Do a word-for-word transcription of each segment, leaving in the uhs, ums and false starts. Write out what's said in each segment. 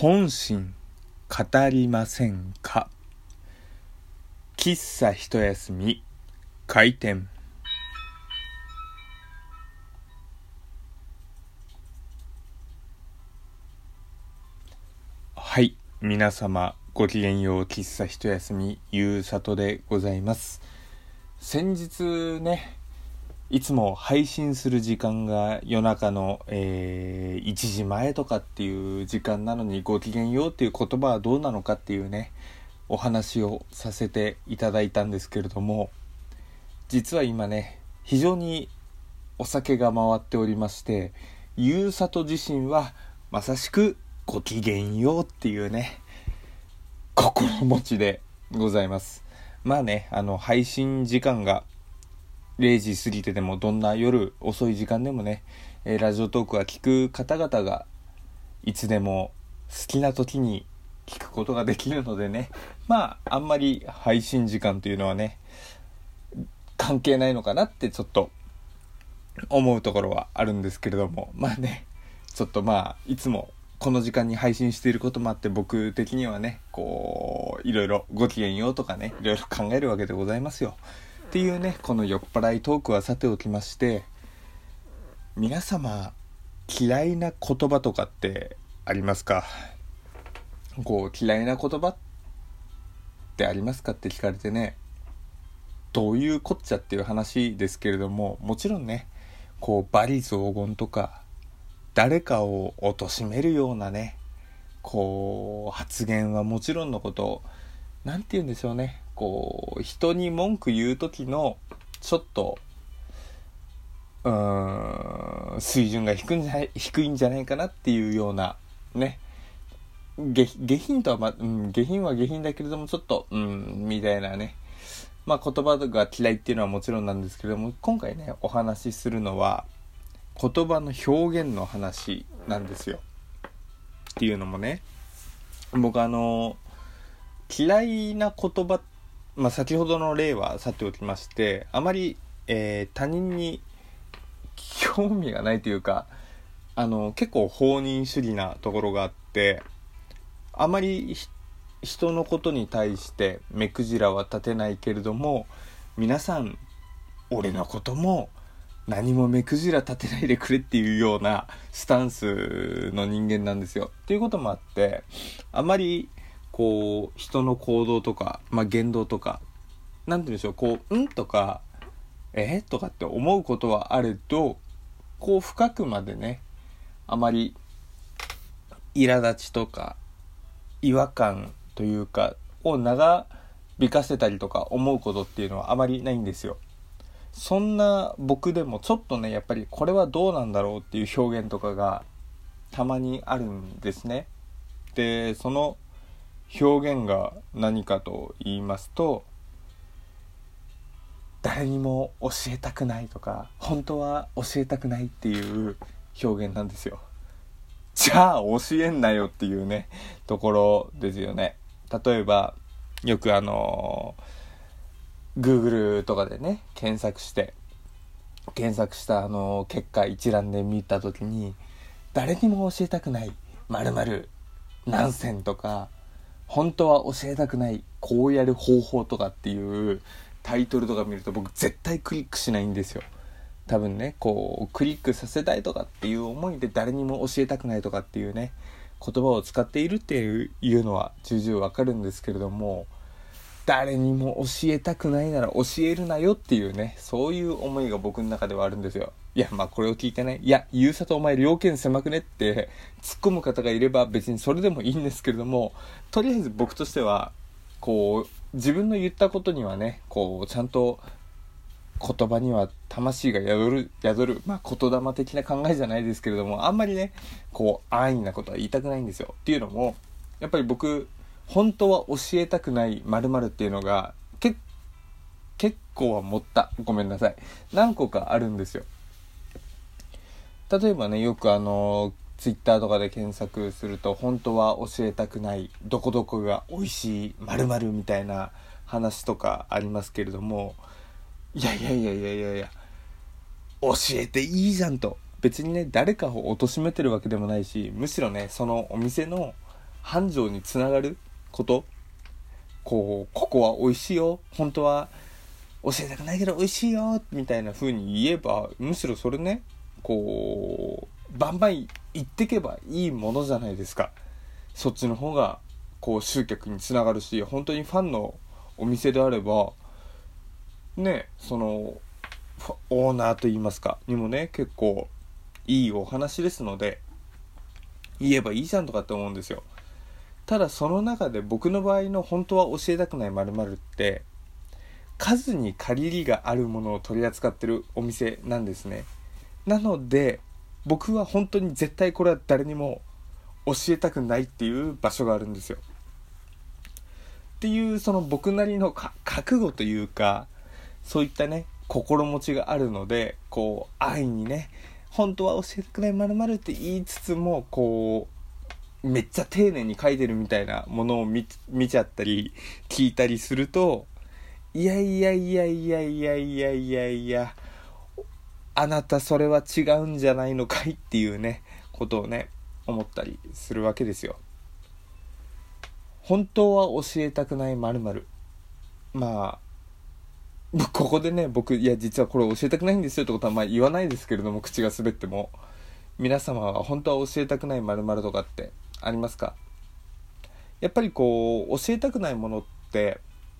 本心語りませんか。喫茶一休み開店。はい、皆様ごきげんよう。喫茶一休みゆうさとでございます。先日ね、いつも配信する時間が夜中の、えー、いちじまえとかっていう時間なのに、ごきげんようっていう言葉はどうなのかっていうね、お話をさせていただいたんですけれども、実は今ね、非常にお酒が回っておりまして、ゆうさと自身はまさしくごきげんようっていうね、心持ちでございます。まあね、あの配信時間がれいじ過ぎてでも、どんな夜遅い時間でもね、えー、ラジオトークは聞く方々がいつでも好きな時に聞くことができるのでね、まああんまり配信時間というのはね関係ないのかなってちょっと思うところはあるんですけれども、まあね、ちょっとまあいつもこの時間に配信していることもあって、僕的にはね、こういろいろごきげんようとかね、いろいろ考えるわけでございますよっていうね、この酔っ払いトークはさておきまして、皆様嫌いな言葉とかってありますか？こう嫌いな言葉ってありますかって聞かれてね、どういうこっちゃっていう話ですけれども、もちろんね、こう罵詈雑言とか誰かを貶めるようなね、こう発言はもちろんのこと、なんて言うんでしょうね、こう人に文句言う時のちょっとうーん水準が低いんじゃない、低いんじゃないかなっていうようなね、下, 下品とは、まうん、下品は下品だけれども、ちょっとうんみたいなね、まあ言葉が嫌いっていうのはもちろんなんですけれども、今回ねお話しするのは言葉の表現の話なんですよ。っていうのもね、僕あの嫌いな言葉、まあ先ほどの例はさておきまして、あまり、えー、他人に興味がないというか、あの結構放任主義なところがあって、あまり人のことに対して目くじらは立てないけれども、皆さん俺のことも何も目くじら立てないでくれっていうようなスタンスの人間なんですよ。っていうこともあって、あまりこう人の行動とか、まあ、言動とか、なんて言うんでしょう、こうんとかえとかって思うことはあれど、こう深くまでね、あまり苛立ちとか違和感というかを長引かせたりとか思うことっていうのはあまりないんですよ。そんな僕でもちょっとね、やっぱりこれはどうなんだろうっていう表現とかがたまにあるんですね。で、その表現が何かと言いますと、誰にも教えたくないとか、本当は教えたくないっていう表現なんですよ。じゃあ教えんなよっていうね、ところですよね。例えばよくあの Google とかでね検索して検索したあの結果一覧で見たときに、誰にも教えたくない〇〇何千とか、本当は教えたくないこうやる方法とかっていうタイトルとか見ると、僕絶対クリックしないんですよ。多分ね、こうクリックさせたいとかっていう思いで誰にも教えたくないとかっていうね言葉を使っているっていうのは重々わかるんですけれども、誰にも教えたくないなら教えるなよっていうね、そういう思いが僕の中ではあるんですよ。いや、まあこれを聞いてね、いやゆうさとお前了見狭くねって突っ込む方がいれば別にそれでもいいんですけれども、とりあえず僕としてはこう自分の言ったことにはね、こうちゃんと言葉には魂が宿る宿るまあ言霊的な考えじゃないですけれども、あんまりねこう安易なことは言いたくないんですよ。っていうのも、やっぱり僕本当は教えたくない〇〇っていうのがけ結構は持ったごめんなさい何個かあるんですよ。例えばね、よくあのツイッターとかで検索すると、本当は教えたくないどこどこが美味しい〇〇みたいな話とかありますけれども、いやいやいやいやいやいや教えていいじゃんと。別にね誰かを貶めてるわけでもないし、むしろねそのお店の繁盛につながること、こうここは美味しいよ、本当は教えたくないけど美味しいよみたいな風に言えば、むしろそれね、こうバンバン言ってけばいいものじゃないですか。そっちの方がこう集客につながるし、本当にファンのお店であればね、そのオーナーといいますかにもね、結構いいお話ですので言えばいいじゃんとかって思うんですよ。ただその中で僕の場合の本当は教えたくない〇〇って数に限りがあるものを取り扱ってるお店なんですね。なので僕は本当に絶対これは誰にも教えたくないっていう場所があるんですよ。っていうその僕なりのか覚悟というか、そういったね心持ちがあるので、こう安易にね本当は教えてくれ〇〇って言いつつも、こうめっちゃ丁寧に書いてるみたいなものを 見, 見ちゃったり聞いたりすると、いやいやいやいやいやいやいやいやあなたそれは違うんじゃないのかいっていうねことをね思ったりするわけですよ。本当は教えたくない〇〇、まあここでね僕いや実はこれ教えたくないんですよってことはまあ言わないですけれども、口が滑っても、皆様は本当は教えたくない〇〇とかってありますか？やっぱりこう教えたくないものって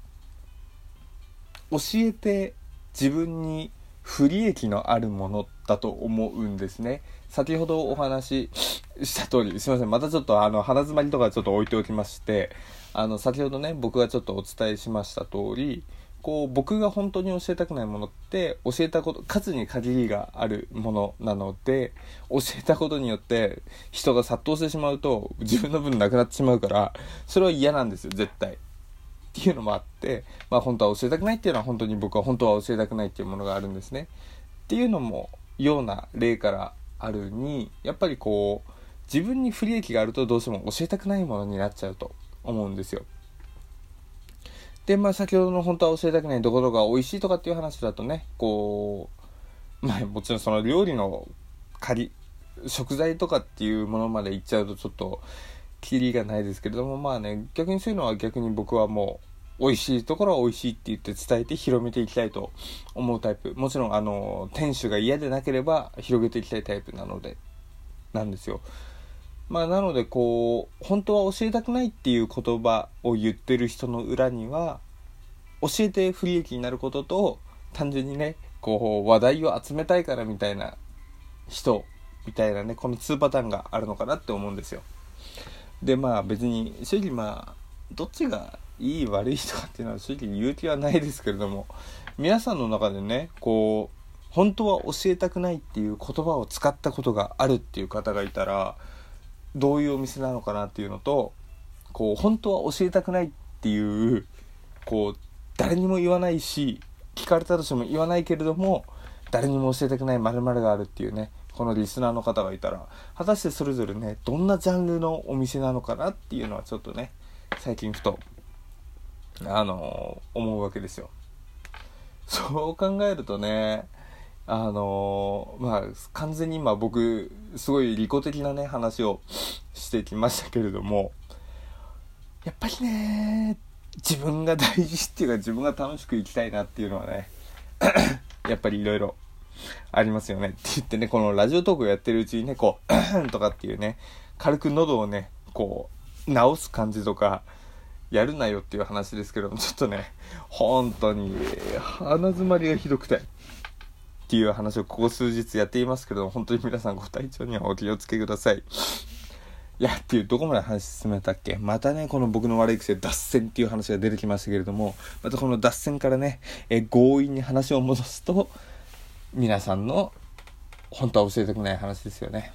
教えて自分に不利益のあるものだと思うんですね。先ほどお話しした通り、すいません、またちょっとあの鼻詰まりとかちょっと置いておきまして、あの先ほどね僕がちょっとお伝えしました通り、こう僕が本当に教えたくないものって教えたこと、数に限りがあるものなので、教えたことによって人が殺到してしまうと自分の分なくなってしまうから、それは嫌なんですよ絶対っていうのもあって、まあ本当は教えたくないっていうのは本当に僕は本当は教えたくないっていうものがあるんですね。っていうのもような例からあるに、やっぱりこう自分に不利益があるとどうしても教えたくないものになっちゃうと思うんですよ。でまあ先ほどの本当は教えたくないどころが美味しいとかっていう話だとね、こうまあもちろんその料理の仮食材とかっていうものまでいっちゃうとちょっとキリがないですけれども、まあね逆にそういうのは逆に僕はもう美味しいところは美味しいって言って伝えて広めていきたいと思うタイプ。もちろんあの店主が嫌でなければ広げていきたいタイプなのでなんですよ。まあなのでこう本当は教えたくないっていう言葉を言ってる人の裏には、教えて不利益になることと単純にねこう話題を集めたいからみたいな人みたいなね、このにパターンがあるのかなって思うんですよ。でまあ別に正直まあどっちがいい悪いとかっていうのは正直言う気はないですけれども、皆さんの中でねこう本当は教えたくないっていう言葉を使ったことがあるっていう方がいたら、どういうお店なのかなっていうのと、こう本当は教えたくないっていうこう誰にも言わないし、聞かれたとしても言わないけれども誰にも教えたくない〇〇があるっていうね、このリスナーの方がいたら、果たしてそれぞれねどんなジャンルのお店なのかなっていうのはちょっとね最近ふとあのー、思うわけですよ。そう考えるとね、あのー、まあ完全に今僕すごい利己的なね話をしてきましたけれども、やっぱりね自分が大事っていうか自分が楽しく生きたいなっていうのはねやっぱりいろいろありますよねって言ってね、このラジオトークをやってるうちにねこうとかっていうね軽く喉をねこう直す感じとかやるなよっていう話ですけども、ちょっとね本当に鼻詰まりがひどくてっていう話をここ数日やっていますけど、本当に皆さんご体調にはお気をつけください。いやっていうどこまで話進めたっけ。またねこの僕の悪い癖脱線っていう話が出てきましたけれども、またこの脱線からねえ強引に話を戻すと、皆さんの本当は教えたくない話ですよね。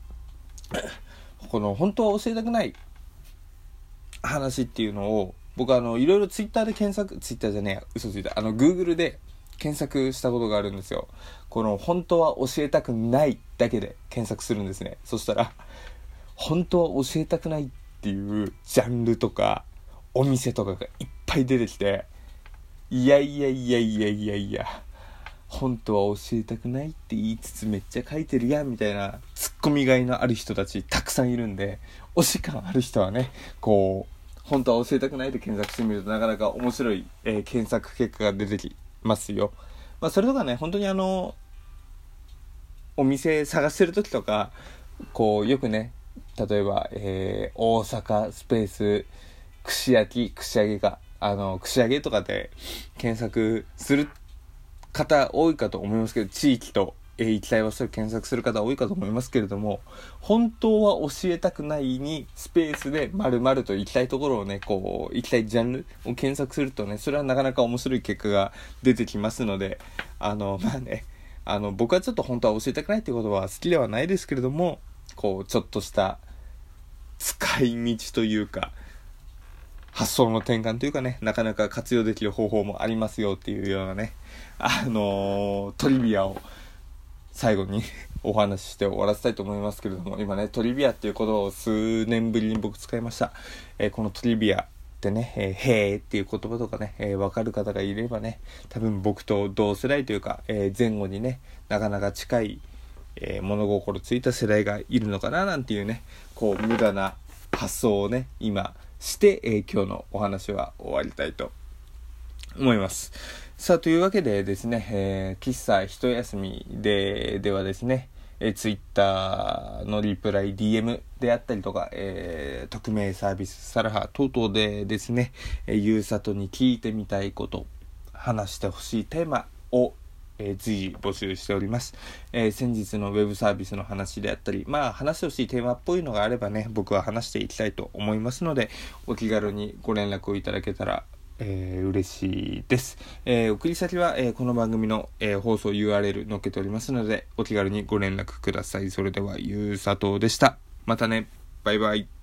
この本当は教えたくない話っていうのを僕あのいろいろツイッターで検索、ツイッターじゃねえや嘘ついた、あの Google で検索したことがあるんですよ。この本当は教えたくないだけで検索するんですね。そしたら本当は教えたくないっていうジャンルとかお店とかがいっぱい出てきて、いやいやいやいやいやいや本当は教えたくないって言いつつめっちゃ書いてるやんみたいなツッッコミがいのある人たちたくさんいるんで、推し感ある人はね、こう本当は教えたくないで検索してみるとなかなか面白い、えー、検索結果が出てきますよ。まあそれとかね、本当にあのお店探してる時とか、こうよくね、例えば、えー、大阪スペース串焼き串揚げかあの串揚げとかで検索する方多いかと思いますけど、地域と、えー、行きたい場所を検索する方多いかと思いますけれども、本当は教えたくないにスペースで丸々と行きたいところをね、こう行きたいジャンルを検索するとね、それはなかなか面白い結果が出てきますので、あのまあね、あの僕はちょっと本当は教えたくないっていうことは好きではないですけれども、こうちょっとした使い道というか発想の転換というかね、なかなか活用できる方法もありますよっていうようなね、あのー、トリビアを最後にお話しして終わらせたいと思いますけれども、今ねトリビアっていう言葉を数年ぶりに僕使いました。えー、このトリビアってね、えー、へーっていう言葉とかね、えー、分かる方がいればね、多分僕と同世代というか、えー、前後にねなかなか近い、えー、物心ついた世代がいるのかななんていうね、こう無駄な発想をね今して、えー、今日のお話は終わりたいと思います。さあというわけでですね、えー、喫茶一休みでではですね、えー、ツイッターのリプライ ディーエム であったりとか、えー、匿名サービスサラハ等々でですね、えー、ゆうさとに聞いてみたいこと、話してほしいテーマを、えー、随時募集しております。えー、先日のウェブサービスの話であったり、まあ話してほしいテーマっぽいのがあればね、僕は話していきたいと思いますので、お気軽にご連絡をいただけたらえー、嬉しいです。えー、送り先は、えー、この番組の、えー、放送 ユーアールエル 載っけておりますので、お気軽にご連絡ください。それではゆうさとうでした。またね。バイバイ。